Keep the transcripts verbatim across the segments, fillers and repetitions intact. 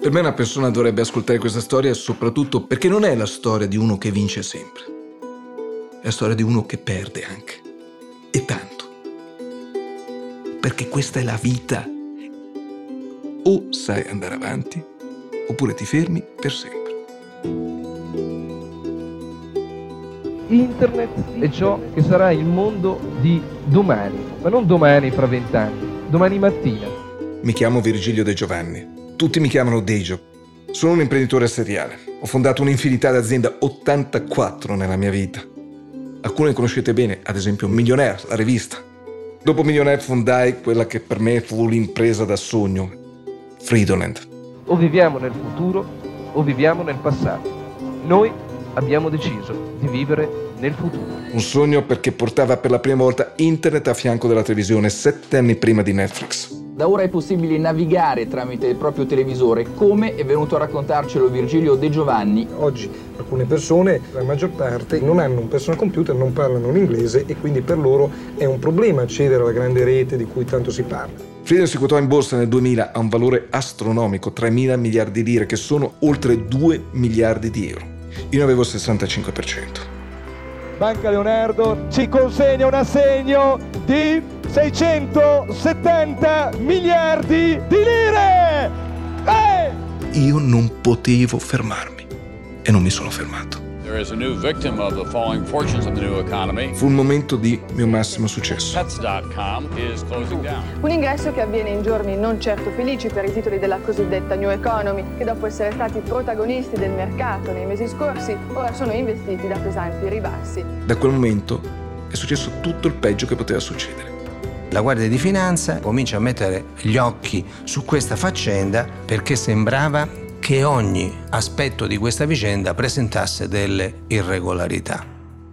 Per me una persona dovrebbe ascoltare questa storia soprattutto perché non è la storia di uno che vince sempre. È la storia di uno che perde anche. E tanto. Perché questa è la vita. O sai andare avanti, oppure ti fermi per sempre. Internet è ciò che sarà il mondo di domani, ma non domani fra vent'anni, domani mattina. Mi chiamo Virgilio De Giovanni. Tutti mi chiamano Dejo. Sono un imprenditore seriale. Ho fondato un'infinità di aziende, ottantaquattro nella mia vita. Alcune conoscete bene, ad esempio Millionaire, la rivista. Dopo Millionaire fondai quella che per me fu l'impresa da sogno, Freedomland. O viviamo nel futuro o viviamo nel passato. Noi abbiamo deciso di vivere nel futuro. Un sogno perché portava per la prima volta internet a fianco della televisione, sette anni prima di Netflix. Da ora è possibile navigare tramite il proprio televisore, come è venuto a raccontarcelo Virgilio De Giovanni. Oggi alcune persone, la maggior parte, non hanno un personal computer, non parlano l'inglese e quindi per loro è un problema accedere alla grande rete di cui tanto si parla. Freedom si quotò in borsa nel duemila a un valore astronomico, tremila miliardi di lire, che sono oltre due miliardi di euro. Io ne avevo il sessantacinque per cento. Banca Leonardo ci consegna un assegno di seicentosettanta miliardi di lire! Eh! Io non potevo fermarmi e non mi sono fermato. There is a new victim of the falling fortunes of the new economy. Fu il momento di mio massimo successo. Pets dot com is closing down. Un ingresso che avviene in giorni non certo felici per i titoli della cosiddetta New Economy, che dopo essere stati protagonisti del mercato nei mesi scorsi, ora sono investiti da pesanti ribassi. Da quel momento è successo tutto il peggio che poteva succedere. La Guardia di Finanza comincia a mettere gli occhi su questa faccenda perché sembrava che ogni aspetto di questa vicenda presentasse delle irregolarità.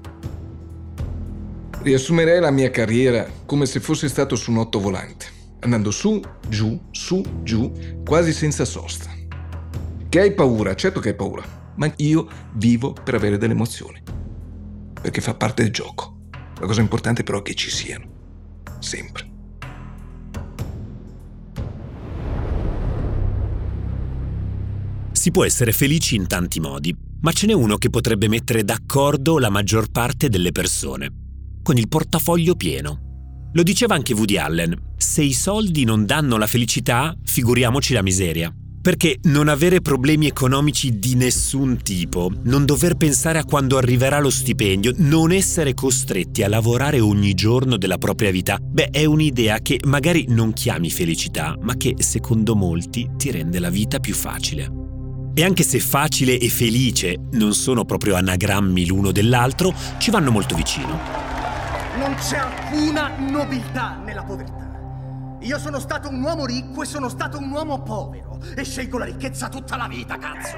Riassumerei la mia carriera come se fossi stato su un ottovolante, andando su, giù, su, giù, quasi senza sosta. Che hai paura? Certo che hai paura, ma io vivo per avere delle emozioni, perché fa parte del gioco. La cosa importante però è che ci siano, sempre. Si può essere felici in tanti modi, ma ce n'è uno che potrebbe mettere d'accordo la maggior parte delle persone, con il portafoglio pieno. Lo diceva anche Woody Allen: se i soldi non danno la felicità, figuriamoci la miseria. Perché non avere problemi economici di nessun tipo, non dover pensare a quando arriverà lo stipendio, non essere costretti a lavorare ogni giorno della propria vita, beh, è un'idea che magari non chiami felicità, ma che secondo molti ti rende la vita più facile. E anche se facile e felice non sono proprio anagrammi l'uno dell'altro, ci vanno molto vicino. Non c'è alcuna nobiltà nella povertà. Io sono stato un uomo ricco e sono stato un uomo povero e scelgo la ricchezza tutta la vita, cazzo!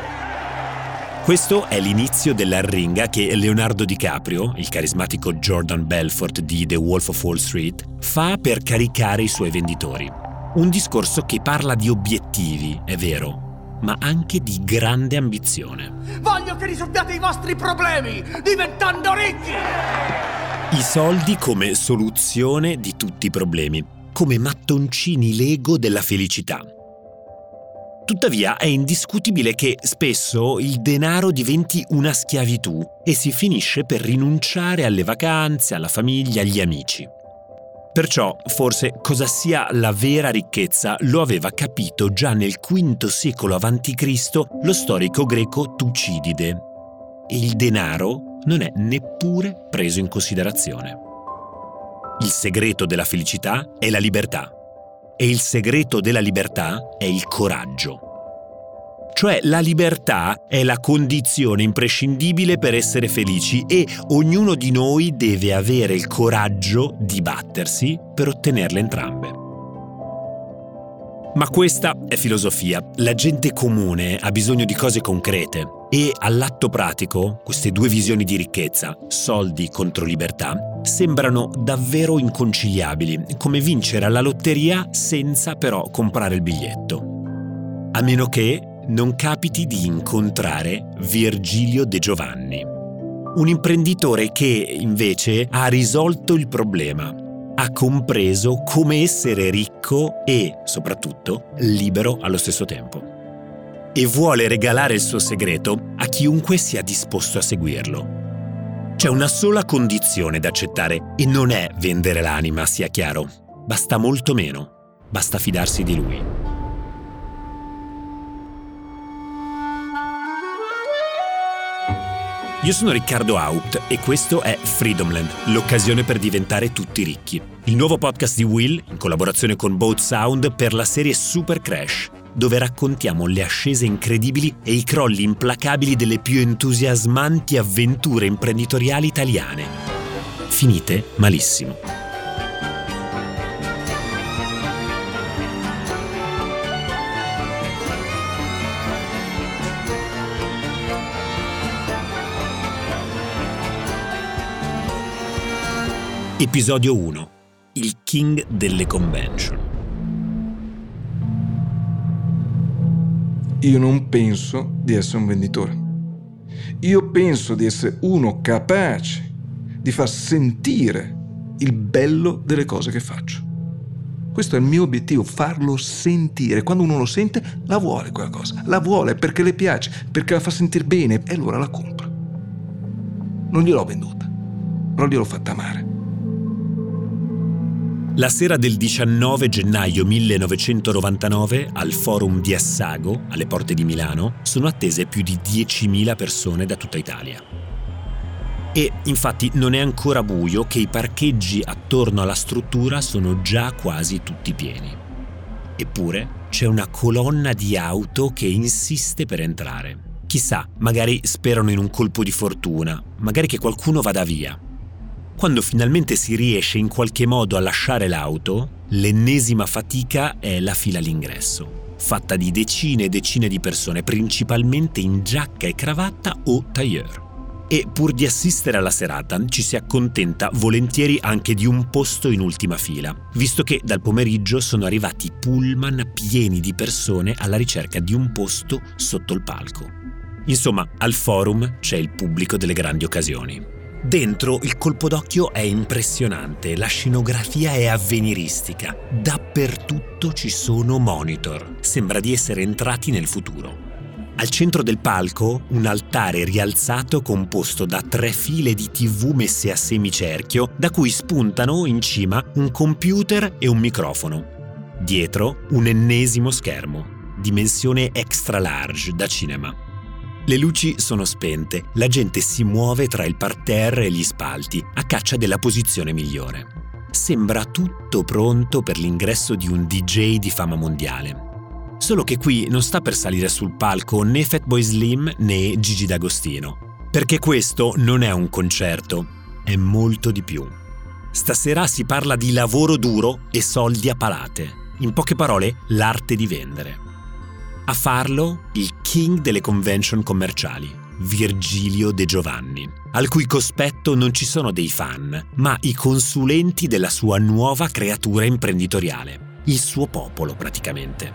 Questo è l'inizio dell'arringa che Leonardo DiCaprio, il carismatico Jordan Belfort di The Wolf of Wall Street, fa per caricare i suoi venditori. Un discorso che parla di obiettivi, è vero, ma anche di grande ambizione. Voglio che risolviate i vostri problemi, diventando ricchi! I soldi come soluzione di tutti i problemi, come mattoncini Lego della felicità. Tuttavia è indiscutibile che spesso il denaro diventi una schiavitù e si finisce per rinunciare alle vacanze, alla famiglia, agli amici. Perciò, forse, cosa sia la vera ricchezza lo aveva capito già nel quinto secolo avanti Cristo lo storico greco Tucidide. E il denaro non è neppure preso in considerazione. Il segreto della felicità è la libertà. E il segreto della libertà è il coraggio. Cioè la libertà è la condizione imprescindibile per essere felici e ognuno di noi deve avere il coraggio di battersi per ottenerle entrambe. Ma questa è filosofia. La gente comune ha bisogno di cose concrete e all'atto pratico queste due visioni di ricchezza, soldi contro libertà, sembrano davvero inconciliabili, come vincere alla lotteria senza però comprare il biglietto. A meno che non capiti di incontrare Virgilio De Giovanni, un imprenditore che invece ha risolto il problema, ha compreso come essere ricco e, soprattutto, libero allo stesso tempo. e vuole regalare il suo segreto a chiunque sia disposto a seguirlo. C'è una sola condizione da accettare e non è vendere l'anima, sia chiaro. Basta molto meno. Basta fidarsi di lui. Io sono Riccardo Haupt e questo è Freedomland, l'occasione per diventare tutti ricchi. Il nuovo podcast di Will, in collaborazione con Boat Sound, per la serie Super Crash, dove raccontiamo le ascese incredibili e i crolli implacabili delle più entusiasmanti avventure imprenditoriali italiane. Finite malissimo. Episodio uno. Il King delle convention. Io non penso di essere un venditore. Io penso di essere uno capace di far sentire il bello delle cose che faccio. Questo è il mio obiettivo, farlo sentire. Quando uno lo sente, la vuole quella cosa. La vuole perché le piace, perché la fa sentire bene e allora la compra. Non gliel'ho venduta, però gliel'ho fatta amare. La sera del diciannove gennaio millenovecentonovantanove, al Forum di Assago, alle porte di Milano, sono attese più di diecimila persone da tutta Italia. E infatti non è ancora buio che i parcheggi attorno alla struttura sono già quasi tutti pieni. Eppure c'è una colonna di auto che insiste per entrare. Chissà, magari sperano in un colpo di fortuna, magari che qualcuno vada via. Quando finalmente si riesce in qualche modo a lasciare l'auto, l'ennesima fatica è la fila all'ingresso, fatta di decine e decine di persone, principalmente in giacca e cravatta o tailleur. E pur di assistere alla serata, ci si accontenta volentieri anche di un posto in ultima fila, visto che dal pomeriggio sono arrivati pullman pieni di persone alla ricerca di un posto sotto il palco. Insomma, al Forum c'è il pubblico delle grandi occasioni. Dentro il colpo d'occhio è impressionante, la scenografia è avveniristica, dappertutto ci sono monitor, sembra di essere entrati nel futuro. Al centro del palco un altare rialzato composto da tre file di tivù messe a semicerchio, da cui spuntano in cima un computer e un microfono. Dietro un ennesimo schermo, dimensione extra large da cinema. Le luci sono spente, la gente si muove tra il parterre e gli spalti, a caccia della posizione migliore. Sembra tutto pronto per l'ingresso di un D J di fama mondiale. Solo che qui non sta per salire sul palco né Fatboy Slim né Gigi D'Agostino. Perché questo non è un concerto, è molto di più. Stasera si parla di lavoro duro e soldi a palate. In poche parole, l'arte di vendere. A farlo il king delle convention commerciali, Virgilio De Giovanni, al cui cospetto non ci sono dei fan, ma i consulenti della sua nuova creatura imprenditoriale, il suo popolo praticamente.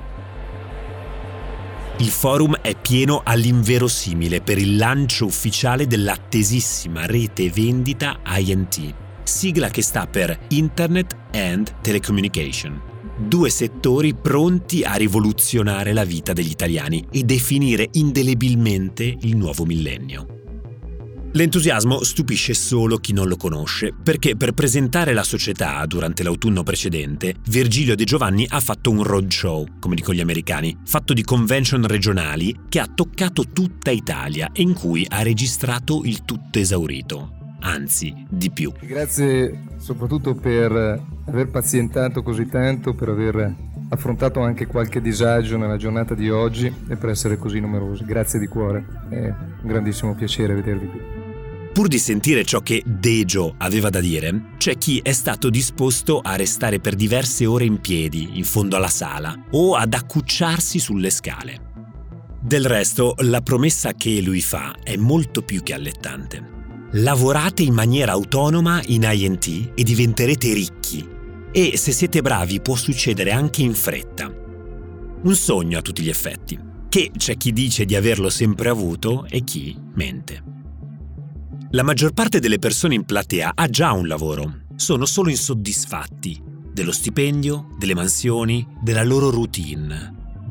Il forum è pieno all'inverosimile per il lancio ufficiale dell'attesissima rete vendita I N T, sigla che sta per Internet and Telecommunication. Due settori pronti a rivoluzionare la vita degli italiani e definire indelebilmente il nuovo millennio. L'entusiasmo stupisce solo chi non lo conosce, perché per presentare la società durante l'autunno precedente, Virgilio De Giovanni ha fatto un roadshow, come dicono gli americani, fatto di convention regionali che ha toccato tutta Italia e in cui ha registrato il tutto esaurito. Anzi, di più. Grazie soprattutto per aver pazientato così tanto, per aver affrontato anche qualche disagio nella giornata di oggi e per essere così numerosi. Grazie di cuore, è un grandissimo piacere vedervi qui. Pur di sentire ciò che Dejo aveva da dire, c'è chi è stato disposto a restare per diverse ore in piedi in fondo alla sala o ad accucciarsi sulle scale. Del resto, la promessa che lui fa è molto più che allettante. Lavorate in maniera autonoma in I N T e diventerete ricchi. E se siete bravi può succedere anche in fretta. Un sogno a tutti gli effetti, che c'è chi dice di averlo sempre avuto e chi mente. La maggior parte delle persone in platea ha già un lavoro, sono solo insoddisfatti dello stipendio, delle mansioni, della loro routine,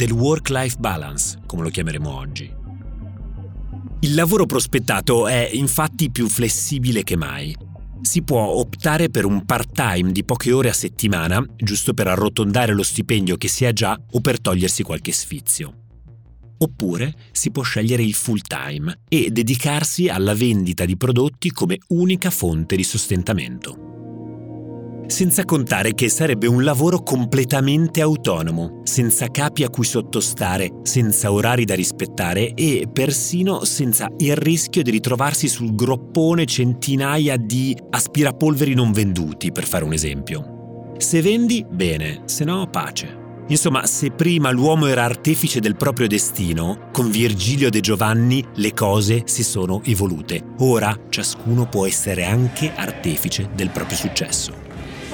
del work-life balance, come lo chiameremo oggi. Il lavoro prospettato è infatti più flessibile che mai. Si può optare per un part-time di poche ore a settimana, giusto per arrotondare lo stipendio che si ha già o per togliersi qualche sfizio. Oppure si può scegliere il full-time e dedicarsi alla vendita di prodotti come unica fonte di sostentamento. Senza contare che sarebbe un lavoro completamente autonomo, senza capi a cui sottostare, senza orari da rispettare e persino senza il rischio di ritrovarsi sul groppone centinaia di aspirapolveri non venduti, per fare un esempio. Se vendi, bene, se no, pace. Insomma, se prima l'uomo era artefice del proprio destino, con Virgilio De Giovanni le cose si sono evolute. Ora ciascuno può essere anche artefice del proprio successo.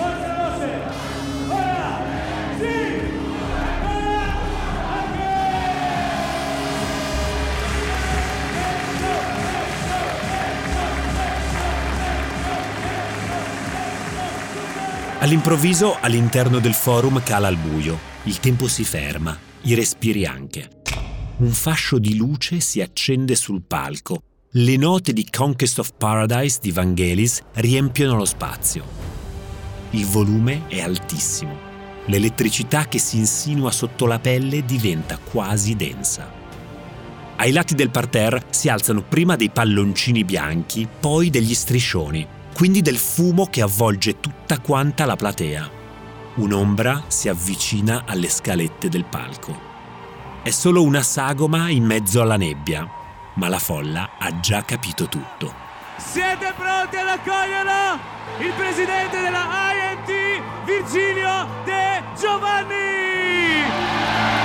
All'improvviso, all'interno del forum cala il buio, il tempo si ferma, i respiri anche. Un fascio di luce si accende sul palco, le note di Conquest of Paradise di Vangelis riempiono lo spazio. Il volume è altissimo, l'elettricità che si insinua sotto la pelle diventa quasi densa. Ai lati del parterre si alzano prima dei palloncini bianchi, poi degli striscioni, quindi del fumo che avvolge tutta quanta la platea. Un'ombra si avvicina alle scalette del palco. È solo una sagoma in mezzo alla nebbia, ma la folla ha già capito tutto. Siete pronti ad accogliere il presidente della I M T, Virgilio De Giovanni!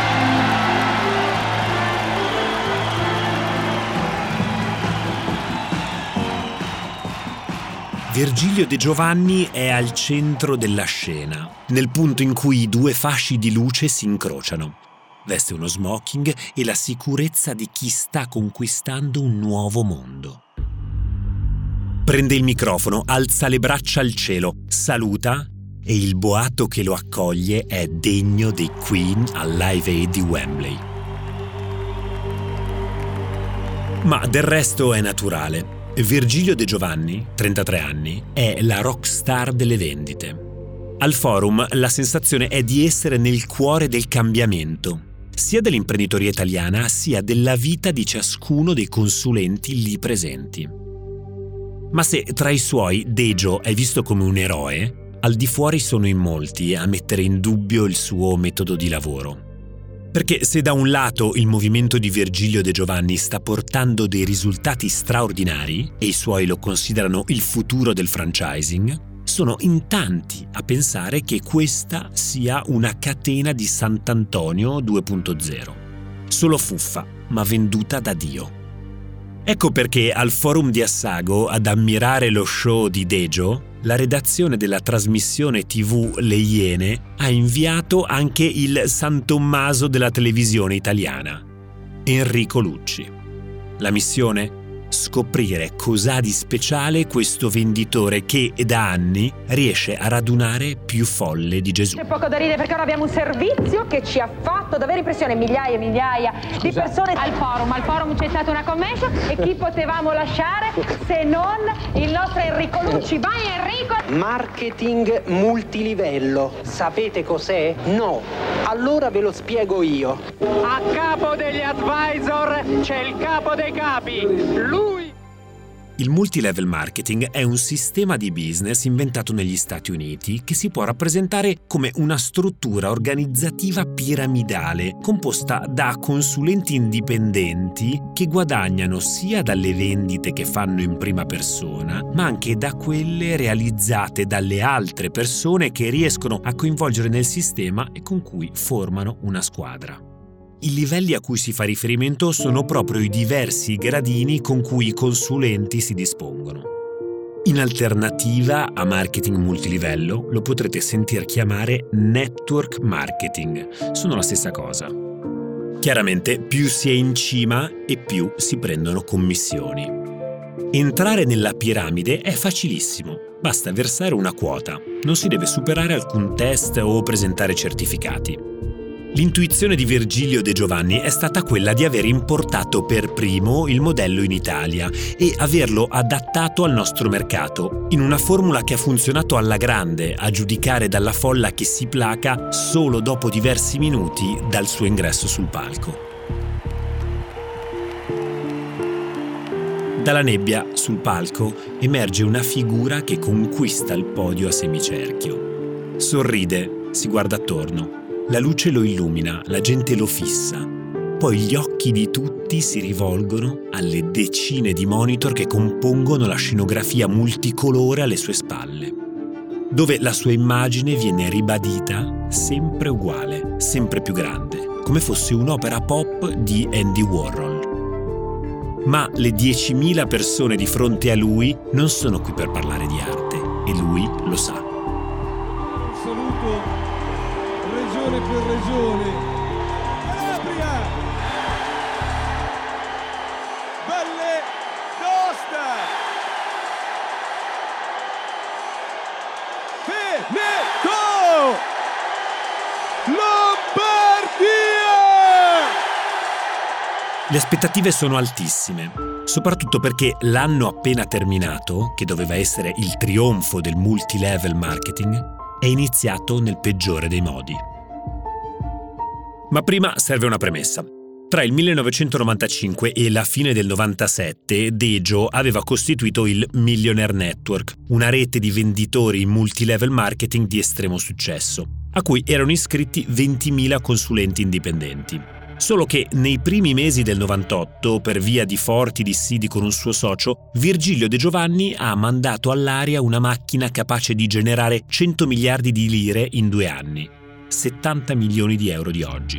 Virgilio De Giovanni è al centro della scena, nel punto in cui i due fasci di luce si incrociano. Veste uno smoking e la sicurezza di chi sta conquistando un nuovo mondo. Prende il microfono, alza le braccia al cielo, saluta e il boato che lo accoglie è degno dei Queen al Live Aid di Wembley. Ma del resto è naturale. Virgilio De Giovanni, trentatré anni, è la rockstar delle vendite. Al forum la sensazione è di essere nel cuore del cambiamento, sia dell'imprenditoria italiana sia della vita di ciascuno dei consulenti lì presenti. Ma se tra i suoi Dejo è visto come un eroe, al di fuori sono in molti a mettere in dubbio il suo metodo di lavoro. Perché se da un lato il movimento di Virgilio De Giovanni sta portando dei risultati straordinari e i suoi lo considerano il futuro del franchising, sono in tanti a pensare che questa sia una catena di Sant'Antonio due punto zero. Solo fuffa, ma venduta da Dio. Ecco perché al forum di Assago, ad ammirare lo show di Dejo, la redazione della trasmissione tivù Le Iene ha inviato anche il San Tommaso della televisione italiana, Enrico Lucci. La missione? Scoprire cos'ha di speciale questo venditore che da anni riesce a radunare più folle di Gesù. C'è poco da ridere perché ora abbiamo un servizio che ci ha fatto davvero impressione, migliaia e migliaia Scusa. di persone al forum. Al forum c'è stata una commessa e chi potevamo lasciare se non il nostro Enrico Lucci. Vai Enrico! Marketing multilivello. Sapete cos'è? No. Allora ve lo spiego io. A capo degli advisor c'è il capo dei capi. Lui Il multilevel marketing è un sistema di business inventato negli Stati Uniti che si può rappresentare come una struttura organizzativa piramidale composta da consulenti indipendenti che guadagnano sia dalle vendite che fanno in prima persona, ma anche da quelle realizzate dalle altre persone che riescono a coinvolgere nel sistema e con cui formano una squadra. I livelli a cui si fa riferimento sono proprio i diversi gradini con cui i consulenti si dispongono. In alternativa a marketing multilivello lo potrete sentir chiamare network marketing, sono la stessa cosa. Chiaramente più si è in cima e più si prendono commissioni. Entrare nella piramide è facilissimo, basta versare una quota, non si deve superare alcun test o presentare certificati. L'intuizione di Virgilio De Giovanni è stata quella di aver importato per primo il modello in Italia e averlo adattato al nostro mercato, in una formula che ha funzionato alla grande, a giudicare dalla folla che si placa solo dopo diversi minuti dal suo ingresso sul palco. Dalla nebbia, sul palco, emerge una figura che conquista il podio a semicerchio. Sorride, si guarda attorno. La luce lo illumina, la gente lo fissa. Poi gli occhi di tutti si rivolgono alle decine di monitor che compongono la scenografia multicolore alle sue spalle, dove la sua immagine viene ribadita sempre uguale, sempre più grande, come fosse un'opera pop di Andy Warhol. Ma le diecimila persone di fronte a lui non sono qui per parlare di arte, e lui lo sa. Un saluto regione per regione. Calabria, Valle d'Aosta, Veneto, Lombardia. Le aspettative sono altissime, soprattutto perché l'anno appena terminato, che doveva essere il trionfo del multilevel marketing, è iniziato nel peggiore dei modi. Ma prima serve una premessa. Tra il millenovecentonovantacinque e la fine del novantasette, Dejo aveva costituito il Millionaire Network, una rete di venditori in multilevel marketing di estremo successo, a cui erano iscritti ventimila consulenti indipendenti. Solo che nei primi mesi del novantotto, per via di forti dissidi con un suo socio, Virgilio De Giovanni ha mandato all'aria una macchina capace di generare cento miliardi di lire in due anni, settanta milioni di euro di oggi.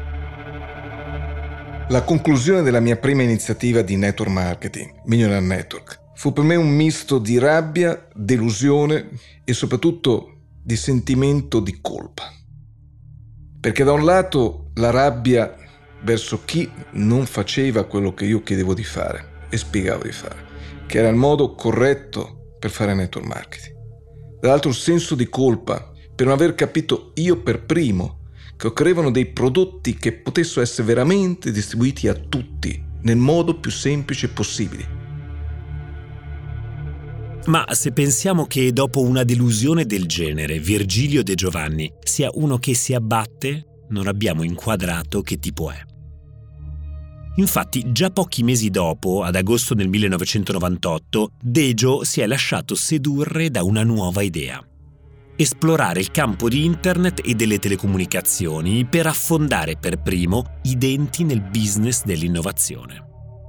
La conclusione della mia prima iniziativa di network marketing, Millionaire Network, fu per me un misto di rabbia, delusione e soprattutto di sentimento di colpa. Perché da un lato la rabbia verso chi non faceva quello che io chiedevo di fare e spiegavo di fare, che era il modo corretto per fare network marketing. Dall'altro il senso di colpa per non aver capito io per primo che occorrevano dei prodotti che potessero essere veramente distribuiti a tutti nel modo più semplice possibile. Ma se pensiamo che dopo una delusione del genere Virgilio De Giovanni sia uno che si abbatte, non abbiamo inquadrato che tipo è. Infatti, già pochi mesi dopo, ad agosto del millenovecentonovantotto, Dejo si è lasciato sedurre da una nuova idea. Esplorare il campo di internet e delle telecomunicazioni per affondare per primo i denti nel business dell'innovazione.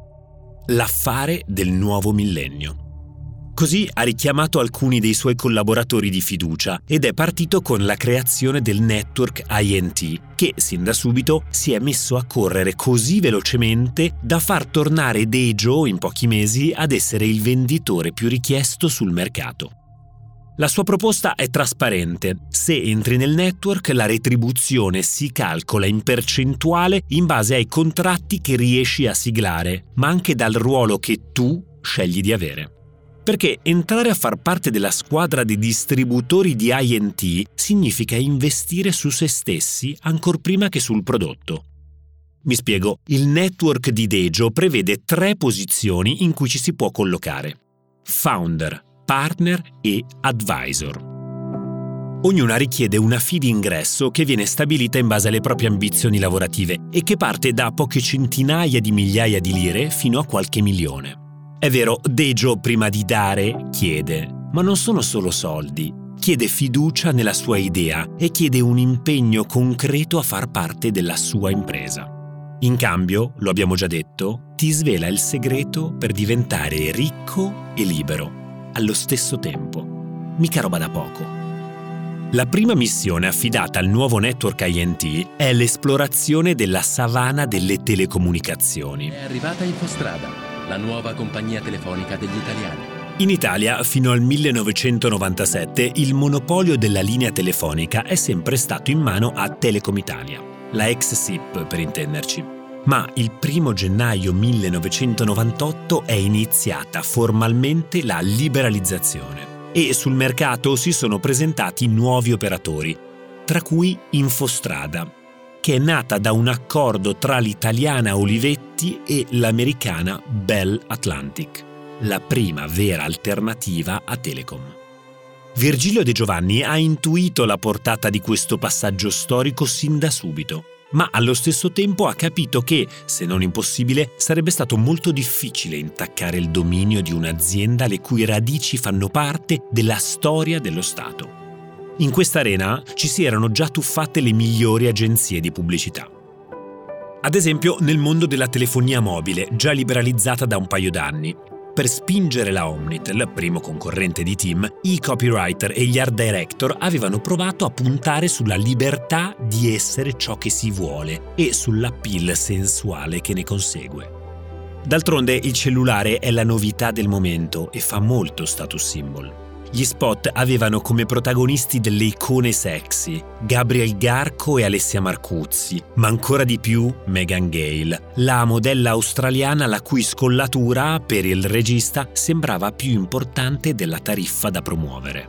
L'affare del nuovo millennio. Così ha richiamato alcuni dei suoi collaboratori di fiducia ed è partito con la creazione del network I N T, che sin da subito si è messo a correre così velocemente da far tornare Dejo in pochi mesi ad essere il venditore più richiesto sul mercato. La sua proposta è trasparente. Se entri nel network, la retribuzione si calcola in percentuale in base ai contratti che riesci a siglare, ma anche dal ruolo che tu scegli di avere. Perché entrare a far parte della squadra dei distributori di I N T significa investire su se stessi ancor prima che sul prodotto. Mi spiego, il network di Dejo prevede tre posizioni in cui ci si può collocare: founder, partner e advisor. Ognuna richiede una fee di ingresso che viene stabilita in base alle proprie ambizioni lavorative e che parte da poche centinaia di migliaia di lire fino a qualche milione. È vero, Dejo prima di dare chiede, ma non sono solo soldi. Chiede fiducia nella sua idea e chiede un impegno concreto a far parte della sua impresa. In cambio, lo abbiamo già detto, ti svela il segreto per diventare ricco e libero, allo stesso tempo. Mica roba da poco. La prima missione affidata al nuovo network I N T è l'esplorazione della savana delle telecomunicazioni. È arrivata Infostrada, la nuova compagnia telefonica degli italiani. In Italia, fino al millenovecentonovantasette, il monopolio della linea telefonica è sempre stato in mano a Telecom Italia, la ex S I P per intenderci. Ma il primo gennaio millenovecentonovantotto è iniziata formalmente la liberalizzazione e sul mercato si sono presentati nuovi operatori, tra cui Infostrada. che è nata da un accordo tra l'italiana Olivetti e l'americana Bell Atlantic, la prima vera alternativa a Telecom. Virgilio De Giovanni ha intuito la portata di questo passaggio storico sin da subito, ma allo stesso tempo ha capito che, se non impossibile, sarebbe stato molto difficile intaccare il dominio di un'azienda le cui radici fanno parte della storia dello Stato. In questa arena ci si erano già tuffate le migliori agenzie di pubblicità. Ad esempio nel mondo della telefonia mobile, già liberalizzata da un paio d'anni. Per spingere la Omnitel, primo concorrente di Tim, i copywriter e gli art director avevano provato a puntare sulla libertà di essere ciò che si vuole e sull'appeal sensuale che ne consegue. D'altronde il cellulare è la novità del momento e fa molto status symbol. Gli spot avevano come protagonisti delle icone sexy, Gabriel Garco e Alessia Marcuzzi, ma ancora di più Megan Gale, la modella australiana la cui scollatura per il regista sembrava più importante della tariffa da promuovere.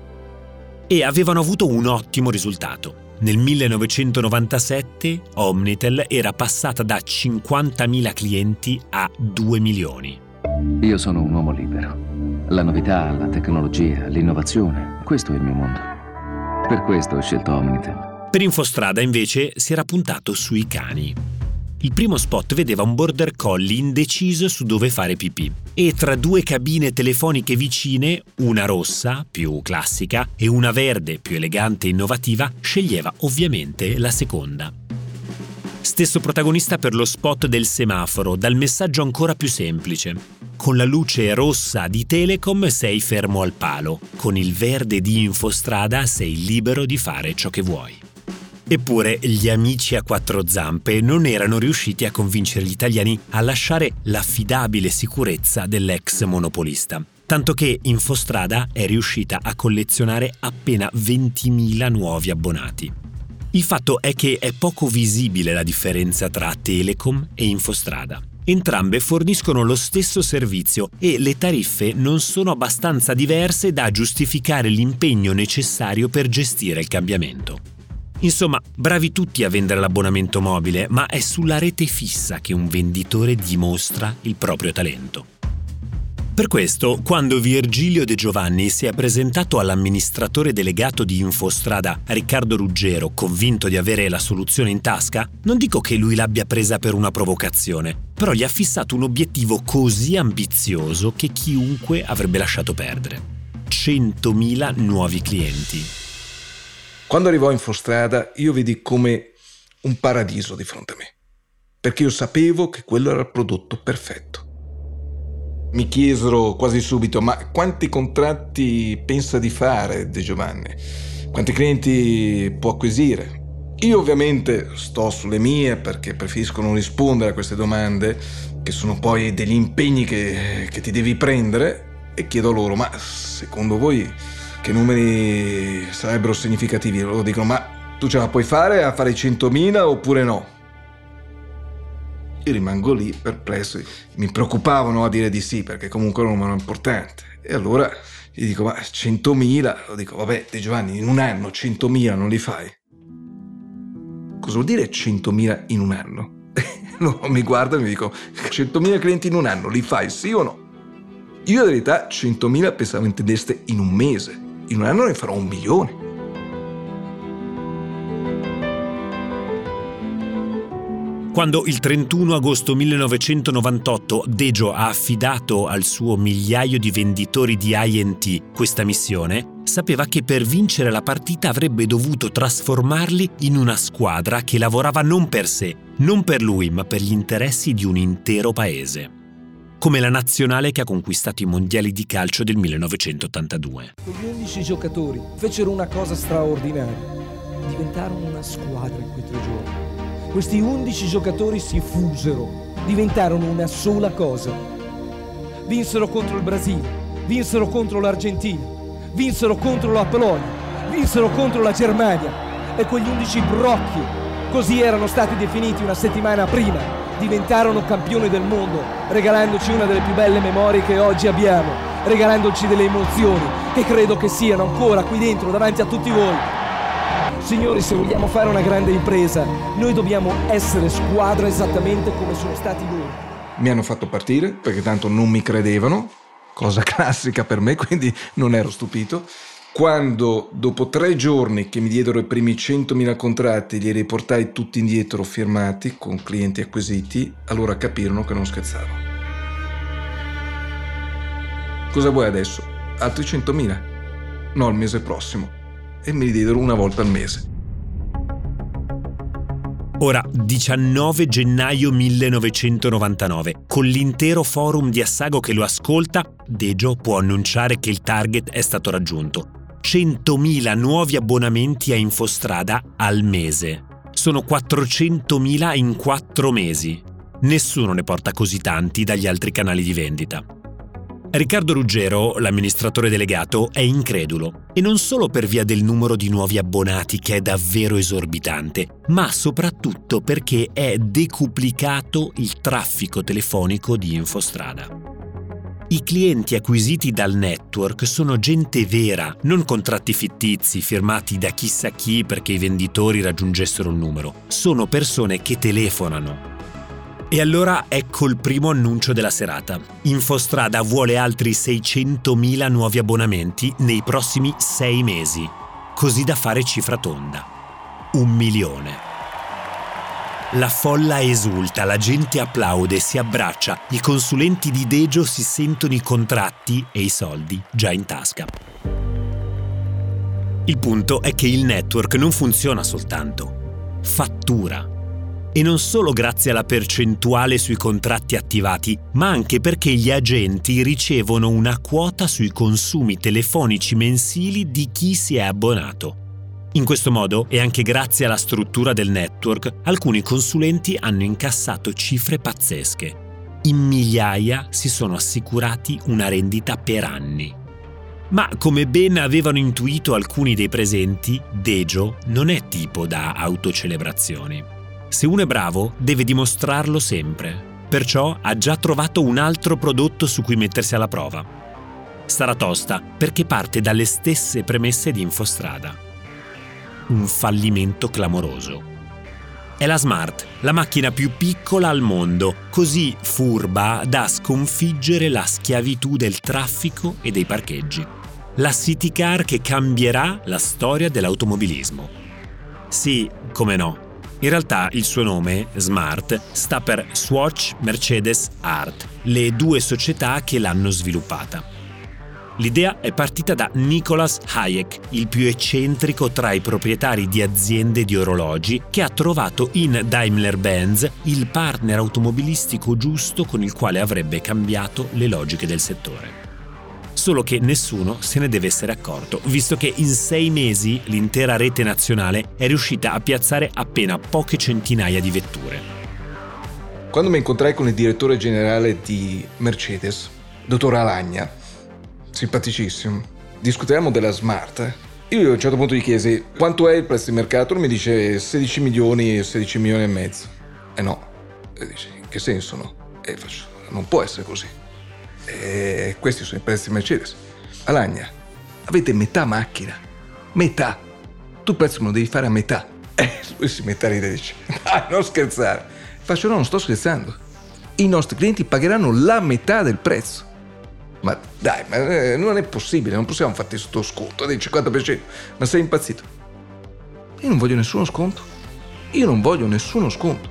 E avevano avuto un ottimo risultato. Nel millenovecentonovantasette Omnitel era passata da cinquantamila clienti a due milioni. Io sono un uomo libero. La novità, la tecnologia, l'innovazione, questo è il mio mondo. Per questo ho scelto Omnitel. Per Infostrada, invece, si era puntato sui cani. Il primo spot vedeva un border collie indeciso su dove fare pipì e tra due cabine telefoniche vicine, una rossa, più classica, e una verde, più elegante e innovativa, sceglieva ovviamente la seconda. Stesso protagonista per lo spot del semaforo, dal messaggio ancora più semplice. Con la luce rossa di Telecom sei fermo al palo, con il verde di Infostrada sei libero di fare ciò che vuoi. Eppure gli amici a quattro zampe non erano riusciti a convincere gli italiani a lasciare l'affidabile sicurezza dell'ex monopolista, tanto che Infostrada è riuscita a collezionare appena ventimila nuovi abbonati. Il fatto è che è poco visibile la differenza tra Telecom e Infostrada. Entrambe forniscono lo stesso servizio e le tariffe non sono abbastanza diverse da giustificare l'impegno necessario per gestire il cambiamento. Insomma, bravi tutti a vendere l'abbonamento mobile, ma è sulla rete fissa che un venditore dimostra il proprio talento. Per questo, quando Virgilio De Giovanni si è presentato all'amministratore delegato di Infostrada, Riccardo Ruggero, convinto di avere la soluzione in tasca, non dico che lui l'abbia presa per una provocazione, però gli ha fissato un obiettivo così ambizioso che chiunque avrebbe lasciato perdere. centomila nuovi clienti. Quando arrivò a Infostrada, io vidi come un paradiso di fronte a me, perché io sapevo che quello era il prodotto perfetto. Mi chiesero quasi subito, ma quanti contratti pensa di fare De Giovanni? Quanti clienti può acquisire? Io ovviamente sto sulle mie perché preferisco non rispondere a queste domande, che sono poi degli impegni che, che ti devi prendere, e chiedo loro, ma secondo voi che numeri sarebbero significativi? Loro dicono, ma tu ce la puoi fare a fare i centomila oppure no? Io rimango lì perplesso, mi preoccupavano a dire di sì perché comunque era un numero importante, e allora gli dico, ma centomila? Lo dico, vabbè De Giovanni, in un anno centomila non li fai? Cosa vuol dire centomila in un anno? Loro mi guardano e mi dicono, centomila clienti in un anno li fai sì o no? Io in verità centomila pensavo intendeste in un mese, in un anno ne farò un milione. Quando il trentuno agosto millenovecentonovantotto Dejo ha affidato al suo migliaio di venditori di I N T questa missione, sapeva che per vincere la partita avrebbe dovuto trasformarli in una squadra che lavorava non per sé, non per lui, ma per gli interessi di un intero paese. Come la nazionale che ha conquistato i mondiali di calcio del millenovecentottantadue. Quegli undici giocatori fecero una cosa straordinaria. Diventarono una squadra in quei tre giorni. Questi undici giocatori si fusero, diventarono una sola cosa. Vinsero contro il Brasile, vinsero contro l'Argentina, vinsero contro la Polonia, vinsero contro la Germania. E quegli undici brocchi, così erano stati definiti una settimana prima, diventarono campioni del mondo, regalandoci una delle più belle memorie che oggi abbiamo, regalandoci delle emozioni che credo che siano ancora qui dentro davanti a tutti voi. Signori, se vogliamo fare una grande impresa, noi dobbiamo essere squadra esattamente come sono stati loro. Mi hanno fatto partire perché tanto non mi credevano, cosa classica per me, quindi non ero stupito. Quando dopo tre giorni che mi diedero i primi centomila contratti glieli riportai tutti indietro firmati con clienti acquisiti, allora capirono che non scherzavo. Cosa vuoi adesso? Altri centomila? No, il mese prossimo. E me li diedero una volta al mese. Ora, diciannove gennaio millenovecentonovantanove, con l'intero forum di Assago che lo ascolta, Deggio può annunciare che il target è stato raggiunto. centomila nuovi abbonamenti a Infostrada al mese. Sono quattrocentomila in quattro mesi. Nessuno ne porta così tanti dagli altri canali di vendita. Riccardo Ruggero, l'amministratore delegato, è incredulo, e non solo per via del numero di nuovi abbonati che è davvero esorbitante, ma soprattutto perché è decuplicato il traffico telefonico di Infostrada. I clienti acquisiti dal network sono gente vera, non contratti fittizi firmati da chissà chi perché i venditori raggiungessero il numero. Sono persone che telefonano. E allora ecco il primo annuncio della serata. Infostrada vuole altri seicentomila nuovi abbonamenti nei prossimi sei mesi, così da fare cifra tonda. Un milione. La folla esulta, la gente applaude, si abbraccia, i consulenti di Deggio si sentono i contratti e i soldi già in tasca. Il punto è che il network non funziona soltanto, fattura. E non solo grazie alla percentuale sui contratti attivati, ma anche perché gli agenti ricevono una quota sui consumi telefonici mensili di chi si è abbonato. In questo modo, e anche grazie alla struttura del network, alcuni consulenti hanno incassato cifre pazzesche. In migliaia si sono assicurati una rendita per anni. Ma come ben avevano intuito alcuni dei presenti, Deggio non è tipo da autocelebrazioni. Se uno è bravo, deve dimostrarlo sempre. Perciò ha già trovato un altro prodotto su cui mettersi alla prova. Sarà tosta, perché parte dalle stesse premesse di Infostrada. Un fallimento clamoroso. È la Smart, la macchina più piccola al mondo, così furba da sconfiggere la schiavitù del traffico e dei parcheggi. La city car che cambierà la storia dell'automobilismo. Sì, come no. In realtà il suo nome, Smart, sta per Swatch Mercedes Art, le due società che l'hanno sviluppata. L'idea è partita da Nicholas Hayek, il più eccentrico tra i proprietari di aziende di orologi, che ha trovato in Daimler-Benz il partner automobilistico giusto con il quale avrebbe cambiato le logiche del settore. Solo che nessuno se ne deve essere accorto, visto che in sei mesi l'intera rete nazionale è riuscita a piazzare appena poche centinaia di vetture. Quando mi incontrai con il direttore generale di Mercedes, dottor Alagna, simpaticissimo, discutevamo della Smart. Io a un certo punto gli chiesi quanto è il prezzo di mercato, lui mi dice sedici milioni e sedici milioni e mezzo. E no, e dice, in che senso no? E faccio, non può essere così. E questi sono i prezzi di Mercedes. Alagna, avete metà macchina, metà. Tu il prezzo me lo devi fare a metà. E lui si mette a ridere e dice, dai, non scherzare. Faccio, no, non sto scherzando. I nostri clienti pagheranno la metà del prezzo. Ma dai, ma non è possibile, non possiamo farti sto sconto del cinquanta per cento. Ma sei impazzito? Io non voglio nessuno sconto. Io non voglio nessuno sconto.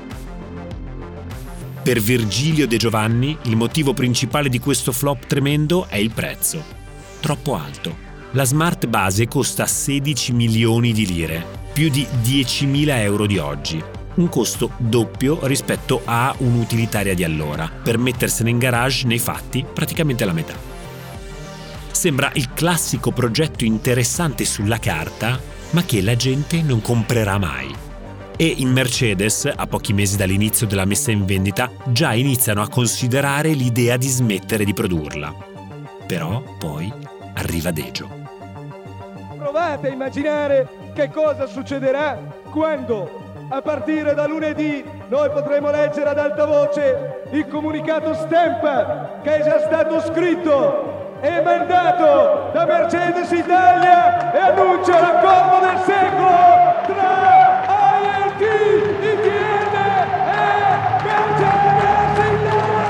Per Virgilio De Giovanni, il motivo principale di questo flop tremendo è il prezzo. Troppo alto. La Smart base costa sedici milioni di lire, più di diecimila euro di oggi. Un costo doppio rispetto a un'utilitaria di allora. Per mettersene in garage, nei fatti, praticamente la metà. Sembra il classico progetto interessante sulla carta, ma che la gente non comprerà mai. E in Mercedes, a pochi mesi dall'inizio della messa in vendita, già iniziano a considerare l'idea di smettere di produrla. Però poi arriva Deggio. Provate a immaginare che cosa succederà quando, a partire da lunedì, noi potremo leggere ad alta voce il comunicato stampa che è già stato scritto è mandato da Mercedes Italia e annuncia l'accordo del secolo tra I N T, I T M e Mercedes Italia!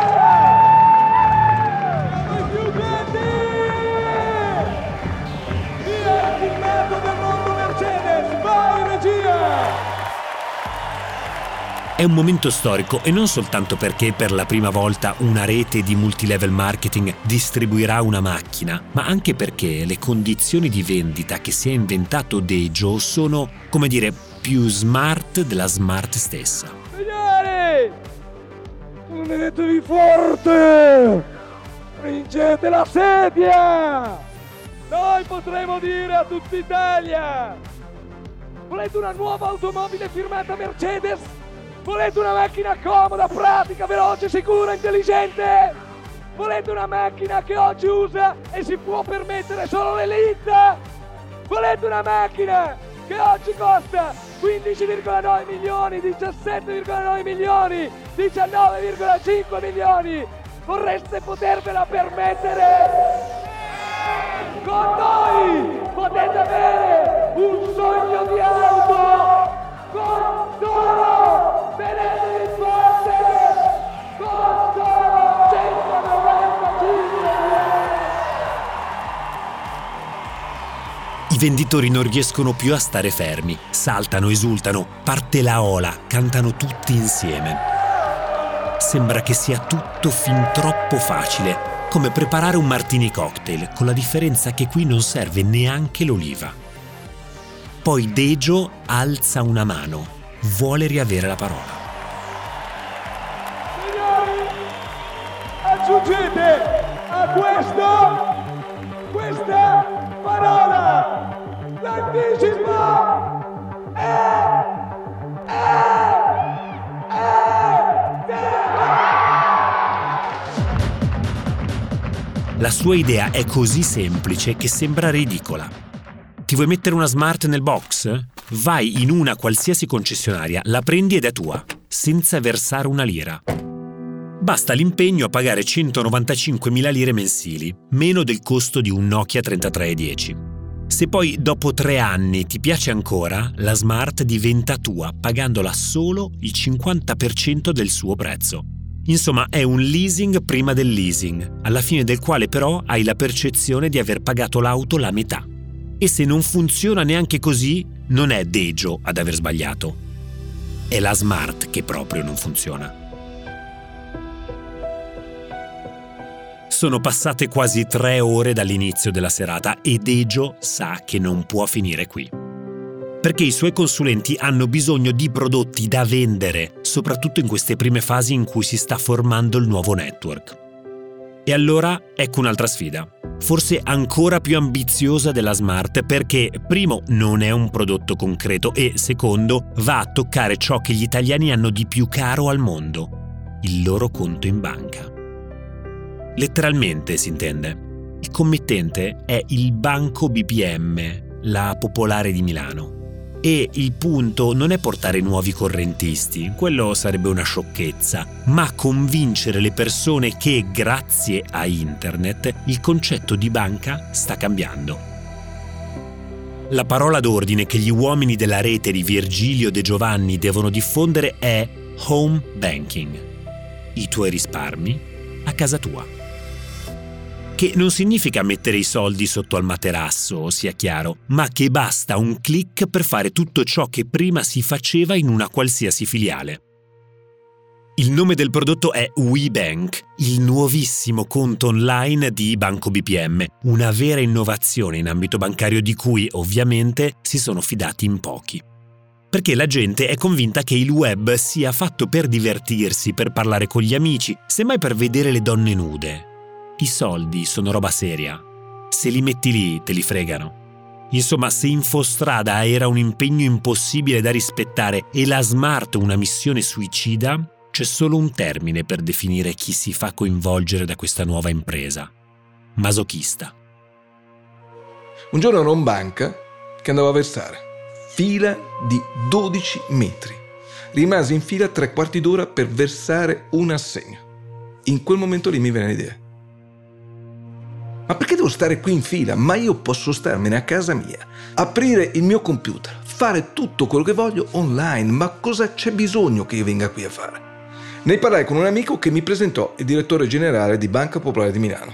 Siamo i più grandi! Via il filmato del mondo Mercedes, vai regia! È un momento storico e non soltanto perché per la prima volta una rete di multilevel marketing distribuirà una macchina, ma anche perché le condizioni di vendita che si è inventato Dejo sono, come dire, più smart della smart stessa. Signori! Tenetevi forte! Stringete la sedia! Noi potremo dire a tutta Italia: volete una nuova automobile firmata Mercedes? Volete una macchina comoda, pratica, veloce, sicura, intelligente? Volete una macchina che oggi usa e si può permettere solo l'elite? Volete una macchina che oggi costa quindici virgola nove milioni, diciassette virgola nove milioni, diciannove virgola cinque milioni? Vorreste potervela permettere? Con noi potete avere un sogno di auto con solo, tenetevi forte, con solo centonovantacinque euro. I venditori non riescono più a stare fermi, saltano, esultano, parte la ola, cantano tutti insieme. Sembra che sia tutto fin troppo facile, come preparare un martini cocktail, con la differenza che qui non serve neanche l'oliva. Poi Dejo alza una mano, vuole riavere la parola. Signori, aggiungete a questo questa parola. L'anticipo è... è... è... La sua idea è così semplice che sembra ridicola. Ti vuoi mettere una Smart nel box? Vai in una qualsiasi concessionaria, la prendi ed è tua, senza versare una lira. Basta l'impegno a pagare centonovantacinquemila lire mensili, meno del costo di un Nokia trentatré dieci. Se poi dopo tre anni ti piace ancora, la Smart diventa tua, pagandola solo il cinquanta per cento del suo prezzo. Insomma, è un leasing prima del leasing, alla fine del quale però hai la percezione di aver pagato l'auto la metà. E se non funziona neanche così, non è Dejo ad aver sbagliato. È la Smart che proprio non funziona. Sono passate quasi tre ore dall'inizio della serata e Dejo sa che non può finire qui. Perché i suoi consulenti hanno bisogno di prodotti da vendere, soprattutto in queste prime fasi in cui si sta formando il nuovo network. E allora ecco un'altra sfida. Forse ancora più ambiziosa della Smart perché, primo, non è un prodotto concreto e, secondo, va a toccare ciò che gli italiani hanno di più caro al mondo, il loro conto in banca. Letteralmente, si intende. Il committente è il Banco B P M, la Popolare di Milano. E il punto non è portare nuovi correntisti, quello sarebbe una sciocchezza, ma convincere le persone che, grazie a internet, il concetto di banca sta cambiando. La parola d'ordine che gli uomini della rete di Virgilio De Giovanni devono diffondere è home banking. I tuoi risparmi a casa tua. Che non significa mettere i soldi sotto al materasso, sia chiaro, ma che basta un click per fare tutto ciò che prima si faceva in una qualsiasi filiale. Il nome del prodotto è WeBank, il nuovissimo conto online di Banco B P M, una vera innovazione in ambito bancario di cui, ovviamente, si sono fidati in pochi. Perché la gente è convinta che il web sia fatto per divertirsi, per parlare con gli amici, semmai per vedere le donne nude. I soldi sono roba seria. Se li metti lì, te li fregano. Insomma, se Infostrada era un impegno impossibile da rispettare e la Smart una missione suicida, c'è solo un termine per definire chi si fa coinvolgere da questa nuova impresa. Masochista. Un giorno ero in banca che andavo a versare. Fila di dodici metri. Rimasi in fila tre quarti d'ora per versare un assegno. In quel momento lì mi viene l'idea. Ma perché devo stare qui in fila? Ma io posso starmene a casa mia, aprire il mio computer, fare tutto quello che voglio online. Ma cosa c'è bisogno che io venga qui a fare? Ne parlai con un amico che mi presentò il direttore generale di Banca Popolare di Milano.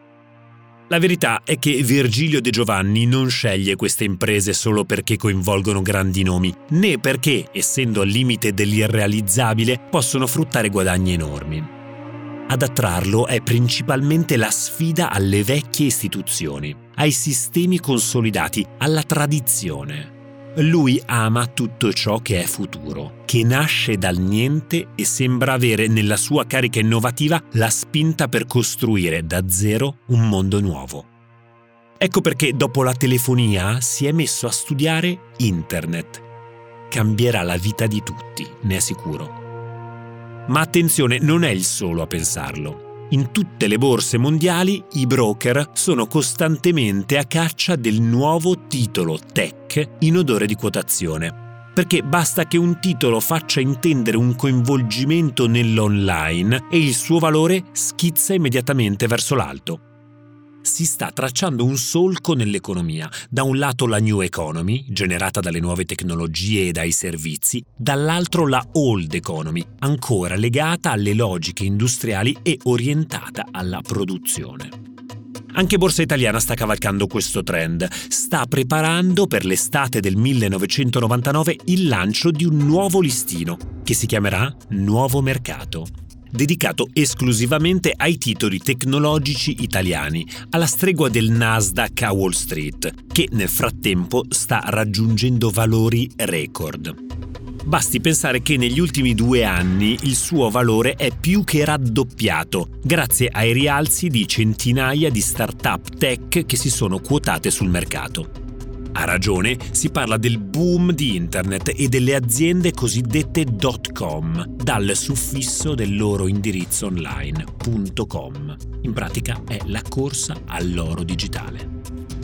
La verità è che Virgilio De Giovanni non sceglie queste imprese solo perché coinvolgono grandi nomi, né perché, essendo al limite dell'irrealizzabile, possono fruttare guadagni enormi. Ad attrarlo è principalmente la sfida alle vecchie istituzioni, ai sistemi consolidati, alla tradizione. Lui ama tutto ciò che è futuro, che nasce dal niente e sembra avere nella sua carica innovativa la spinta per costruire da zero un mondo nuovo. Ecco perché dopo la telefonia si è messo a studiare Internet. Cambierà la vita di tutti, ne è sicuro. Ma attenzione, non è il solo a pensarlo. In tutte le borse mondiali i broker sono costantemente a caccia del nuovo titolo tech in odore di quotazione, perché basta che un titolo faccia intendere un coinvolgimento nell'online e il suo valore schizza immediatamente verso l'alto. Si sta tracciando un solco nell'economia, da un lato la new economy, generata dalle nuove tecnologie e dai servizi, dall'altro la old economy, ancora legata alle logiche industriali e orientata alla produzione. Anche Borsa Italiana sta cavalcando questo trend, sta preparando per l'estate del millenovecentonovantanove il lancio di un nuovo listino, che si chiamerà Nuovo Mercato, dedicato esclusivamente ai titoli tecnologici italiani, alla stregua del Nasdaq a Wall Street, che nel frattempo sta raggiungendo valori record. Basti pensare che negli ultimi due anni il suo valore è più che raddoppiato, grazie ai rialzi di centinaia di start-up tech che si sono quotate sul mercato. A ragione, si parla del boom di Internet e delle aziende cosiddette dot com, dal suffisso del loro indirizzo online, .com. In pratica è la corsa all'oro digitale.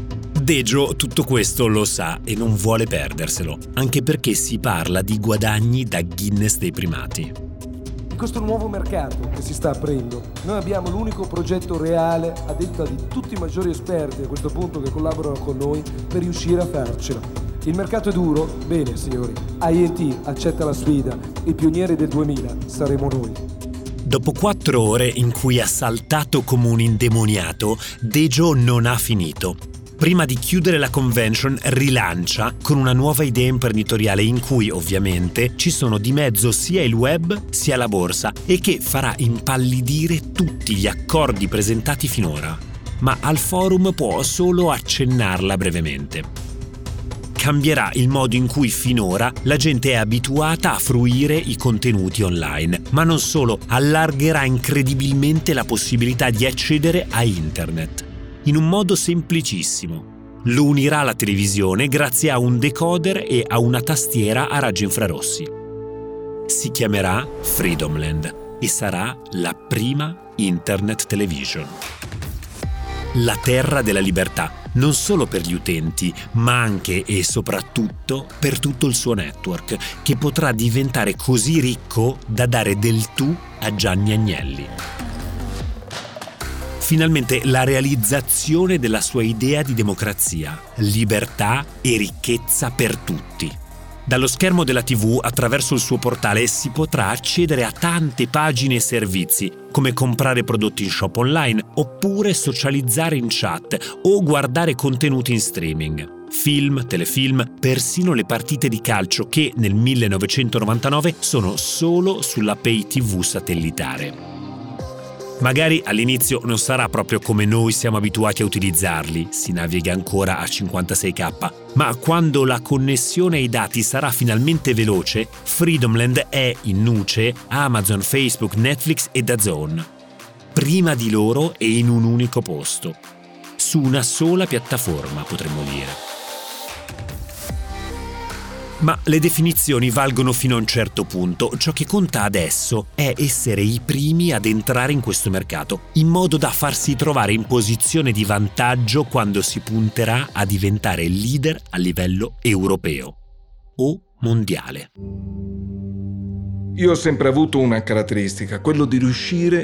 Dejo tutto questo lo sa e non vuole perderselo, anche perché si parla di guadagni da Guinness dei primati. In questo nuovo mercato che si sta aprendo, noi abbiamo l'unico progetto reale, a detta di tutti i maggiori esperti a questo punto che collaborano con noi, per riuscire a farcela. Il mercato è duro? Bene, signori. I N T accetta la sfida. I pionieri del duemila saremo noi. Dopo quattro ore in cui ha saltato come un indemoniato, Dejo non ha finito. Prima di chiudere la convention rilancia con una nuova idea imprenditoriale in cui ovviamente ci sono di mezzo sia il web sia la borsa e che farà impallidire tutti gli accordi presentati finora, ma al forum può solo accennarla brevemente. Cambierà il modo in cui finora la gente è abituata a fruire i contenuti online, ma non solo, allargherà incredibilmente la possibilità di accedere a internet. In un modo semplicissimo. Lo unirà alla televisione grazie a un decoder e a una tastiera a raggi infrarossi. Si chiamerà Freedomland e sarà la prima Internet Television. La terra della libertà, non solo per gli utenti, ma anche e soprattutto per tutto il suo network, che potrà diventare così ricco da dare del tu a Gianni Agnelli. Finalmente la realizzazione della sua idea di democrazia, libertà e ricchezza per tutti. Dallo schermo della tivù, attraverso il suo portale, si potrà accedere a tante pagine e servizi, come comprare prodotti in shop online, oppure socializzare in chat o guardare contenuti in streaming. Film, telefilm, persino le partite di calcio che nel millenovecentonovantanove sono solo sulla pay tivù satellitare. Magari all'inizio non sarà proprio come noi siamo abituati a utilizzarli, si naviga ancora a cinquantasei K, ma quando la connessione ai dati sarà finalmente veloce, Freedomland è in nuce Amazon, Facebook, Netflix e DAZN. Prima di loro e in un unico posto. Su una sola piattaforma, potremmo dire. Ma le definizioni valgono fino a un certo punto. Ciò che conta adesso è essere i primi ad entrare in questo mercato, in modo da farsi trovare in posizione di vantaggio quando si punterà a diventare leader a livello europeo o mondiale. Io ho sempre avuto una caratteristica, quello di riuscire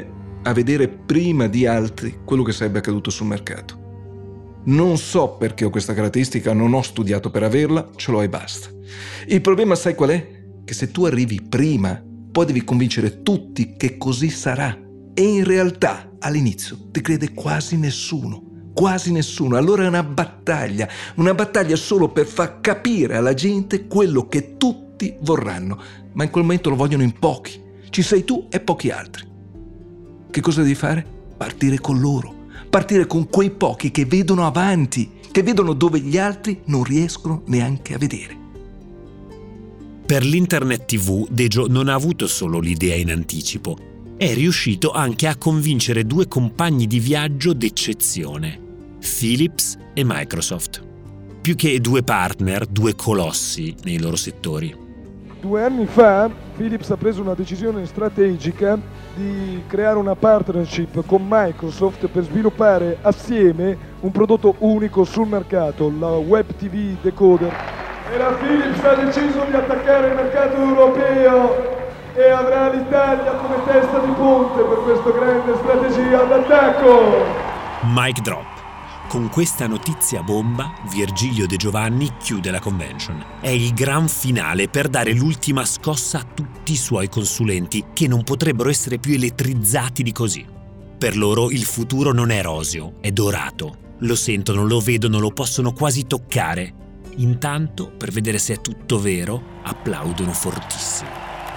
a vedere prima di altri quello che sarebbe accaduto sul mercato. Non so perché ho questa caratteristica, non ho studiato per averla, ce l'ho e basta. Il problema sai qual è? Che se tu arrivi prima, poi devi convincere tutti che così sarà. E in realtà, all'inizio, ti crede quasi nessuno. Quasi nessuno. Allora è una battaglia. Una battaglia solo per far capire alla gente quello che tutti vorranno. Ma in quel momento lo vogliono in pochi. Ci sei tu e pochi altri. Che cosa devi fare? Partire con loro. Partire con quei pochi che vedono avanti, che vedono dove gli altri non riescono neanche a vedere. Per l'Internet tivù, Dejo non ha avuto solo l'idea in anticipo, è riuscito anche a convincere due compagni di viaggio d'eccezione, Philips e Microsoft. Più che due partner, due colossi nei loro settori. Due anni fa Philips ha preso una decisione strategica di creare una partnership con Microsoft per sviluppare assieme un prodotto unico sul mercato, la Web ti vu Decoder. E la Philips ha deciso di attaccare il mercato europeo e avrà l'Italia come testa di ponte per questa grande strategia d'attacco. Mic drop. Con questa notizia bomba, Virgilio De Giovanni chiude la convention. È il gran finale per dare l'ultima scossa a tutti i suoi consulenti, che non potrebbero essere più elettrizzati di così. Per loro il futuro non è roseo, è dorato. Lo sentono, lo vedono, lo possono quasi toccare. Intanto, per vedere se è tutto vero, applaudono fortissimo.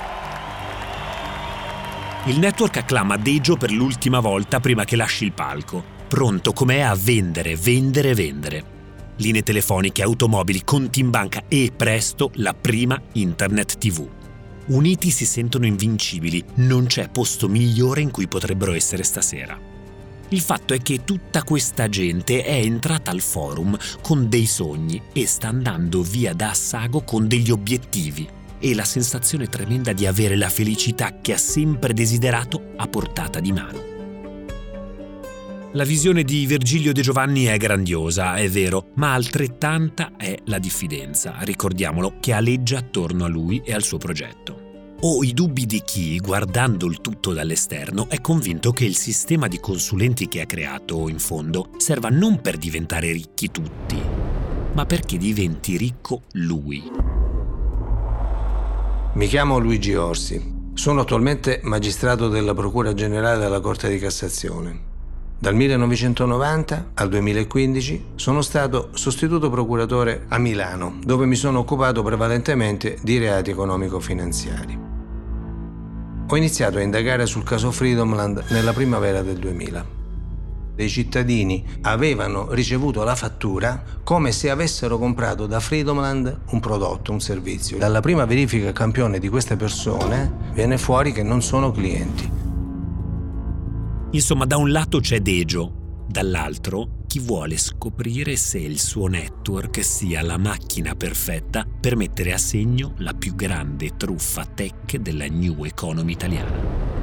Il network acclama Dejo per l'ultima volta prima che lasci il palco. Pronto com'è a vendere, vendere, vendere. Linee telefoniche, automobili, conti in banca e, presto, la prima Internet tivù. Uniti si sentono invincibili, non c'è posto migliore in cui potrebbero essere stasera. Il fatto è che tutta questa gente è entrata al forum con dei sogni e sta andando via da Assago con degli obiettivi e la sensazione tremenda di avere la felicità che ha sempre desiderato a portata di mano. La visione di Virgilio De Giovanni è grandiosa, è vero, ma altrettanta è la diffidenza, ricordiamolo, che aleggia attorno a lui e al suo progetto. O i dubbi di chi, guardando il tutto dall'esterno, è convinto che il sistema di consulenti che ha creato, in fondo, serva non per diventare ricchi tutti, ma perché diventi ricco lui. Mi chiamo Luigi Orsi, sono attualmente magistrato della Procura Generale della Corte di Cassazione. Dal millenovecentonovanta al duemilaquindici sono stato sostituto procuratore a Milano, dove mi sono occupato prevalentemente di reati economico-finanziari. Ho iniziato a indagare sul caso Freedomland nella primavera del duemila. I cittadini avevano ricevuto la fattura come se avessero comprato da Freedomland un prodotto, un servizio. Dalla prima verifica a campione di queste persone viene fuori che non sono clienti. Insomma, da un lato c'è Dejo, dall'altro chi vuole scoprire se il suo network sia la macchina perfetta per mettere a segno la più grande truffa tech della new economy italiana.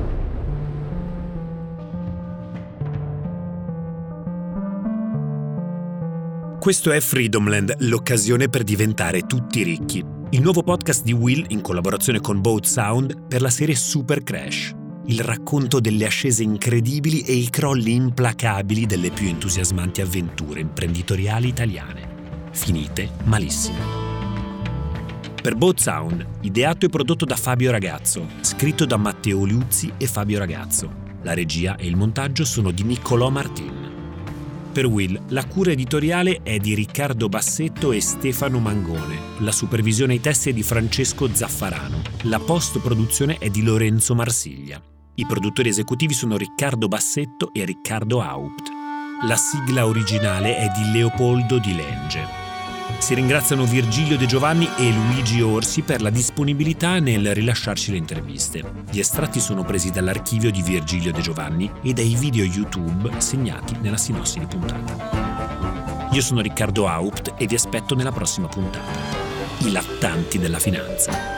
Questo è Freedomland, l'occasione per diventare tutti ricchi. Il nuovo podcast di Will in collaborazione con Boat Sound per la serie Super Crash. Il racconto delle ascese incredibili e i crolli implacabili delle più entusiasmanti avventure imprenditoriali italiane, finite malissimo. Per Boat Sound, ideato e prodotto da Fabio Ragazzo, scritto da Matteo Liuzzi e Fabio Ragazzo. La regia e il montaggio sono di Niccolò Martin. Per Will, la cura editoriale è di Riccardo Bassetto e Stefano Mangone. La supervisione ai testi è di Francesco Zaffarano. La post-produzione è di Lorenzo Marsiglia. I produttori esecutivi sono Riccardo Bassetto e Riccardo Haupt. La sigla originale è di Leopoldo Di Lenge. Si ringraziano Virgilio De Giovanni e Luigi Orsi per la disponibilità nel rilasciarci le interviste. Gli estratti sono presi dall'archivio di Virgilio De Giovanni e dai video YouTube segnati nella sinossi di puntata. Io sono Riccardo Haupt e vi aspetto nella prossima puntata. I lattanti della finanza.